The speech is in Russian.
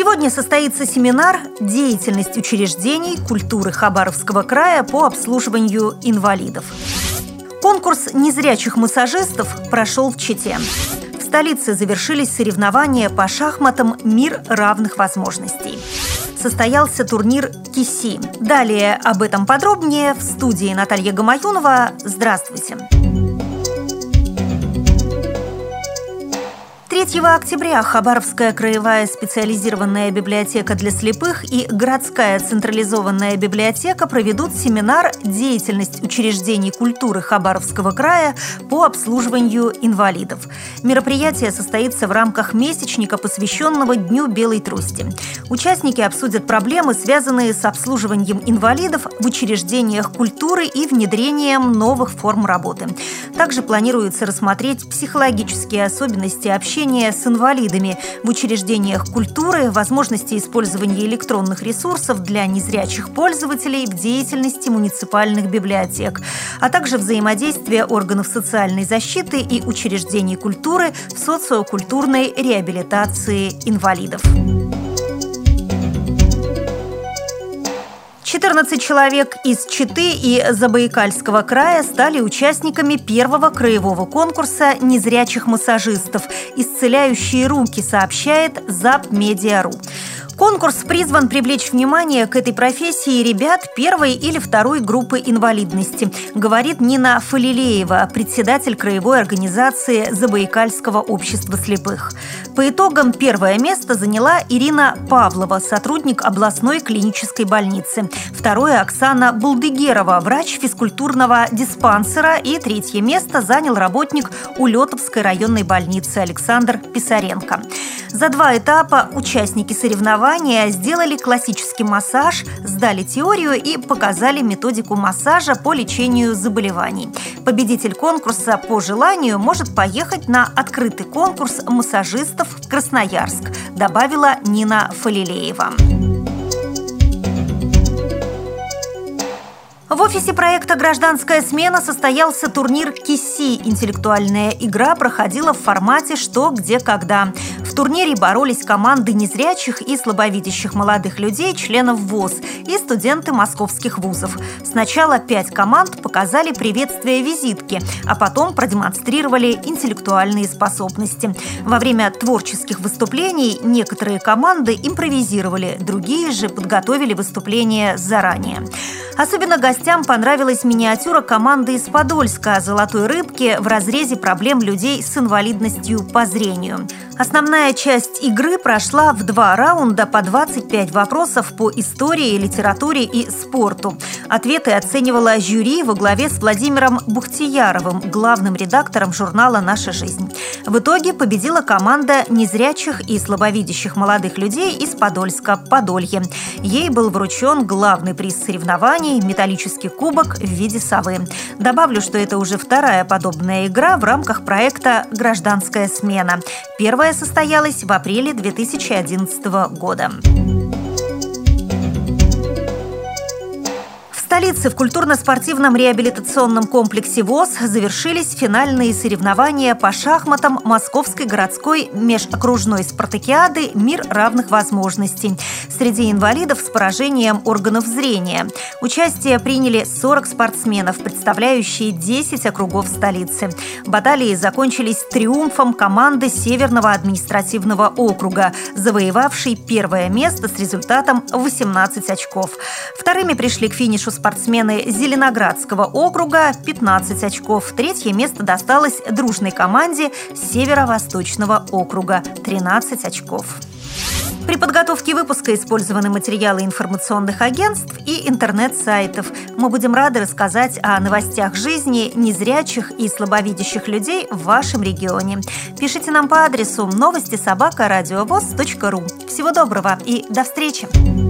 Сегодня состоится семинар «Деятельность учреждений культуры Хабаровского края по обслуживанию инвалидов». Конкурс незрячих массажистов прошел в Чите. В столице завершились соревнования по шахматам «Мир равных возможностей». Состоялся турнир КИСИ. Далее об этом подробнее в студии Наталья Гамаюнова. Здравствуйте! 3 октября Хабаровская краевая специализированная библиотека для слепых и городская централизованная библиотека проведут семинар «Деятельность учреждений культуры Хабаровского края по обслуживанию инвалидов». Мероприятие состоится в рамках месячника, посвященного Дню белой трости. Участники обсудят проблемы, связанные с обслуживанием инвалидов в учреждениях культуры и внедрением новых форм работы. Также планируется рассмотреть психологические особенности общения с инвалидами в учреждениях культуры, возможности использования электронных ресурсов для незрячих пользователей в деятельности муниципальных библиотек, а также взаимодействие органов социальной защиты и учреждений культуры в социокультурной реабилитации инвалидов. 14 человек из Читы и Забайкальского края стали участниками первого краевого конкурса незрячих массажистов «Исцеляющие руки», сообщает ЗАП-Медиа.ру. Конкурс призван привлечь внимание к этой профессии ребят первой или второй группы инвалидности, говорит Нина Фалилеева, председатель краевой организации Забайкальского общества слепых. По итогам первое место заняла Ирина Павлова, сотрудник областной клинической больницы. Второе – Оксана Булдыгерова, врач физкультурного диспансера. И третье место занял работник Улетовской районной больницы Александр Писаренко. За 2 этапа участники соревнования сделали классический массаж, сдали теорию и показали методику массажа по лечению заболеваний. Победитель конкурса по желанию может поехать на открытый конкурс массажистов в Красноярск, добавила Нина Фалилеева. В офисе проекта «Гражданская смена» состоялся турнир КИСИ. Интеллектуальная игра проходила в формате «Что, где, когда». В турнире боролись команды незрячих и слабовидящих молодых людей, членов ВОС и студенты московских вузов. Сначала 5 команд показали приветствие визитки, а потом продемонстрировали интеллектуальные способности. Во время творческих выступлений некоторые команды импровизировали, другие же подготовили выступления заранее. Особенно гостям понравилась миниатюра команды из Подольска «Золотой рыбки» в разрезе проблем людей с инвалидностью по зрению. Основная часть игры прошла в 2 раунда по 25 вопросов по истории, литературе и спорту. Ответы оценивало жюри во главе с Владимиром Бухтияровым, главным редактором журнала «Наша жизнь». В итоге победила команда незрячих и слабовидящих молодых людей из Подольска «Подолье». Ей был вручен главный приз соревнований – металлический кубок в виде совы. Добавлю, что это уже 2-я подобная игра в рамках проекта «Гражданская смена». Первая состоялась в апреле 2011 года. В столице в культурно-спортивном реабилитационном комплексе ВОС завершились финальные соревнования по шахматам Московской городской межокружной спартакиады «Мир равных возможностей» среди инвалидов с поражением органов зрения. Участие приняли 40 спортсменов, представляющие 10 округов столицы. Баталии закончились триумфом команды Северного административного округа, завоевавшей 1-е место с результатом 18 очков. Вторыми пришли к финишу спортсмены Зеленоградского округа – 15 очков. 3-е место досталось дружной команде Северо-Восточного округа – 13 очков. При подготовке выпуска использованы материалы информационных агентств и интернет-сайтов. Мы будем рады рассказать о новостях жизни незрячих и слабовидящих людей в вашем регионе. Пишите нам по адресу новости@радиовос.ру. Всего доброго и до встречи!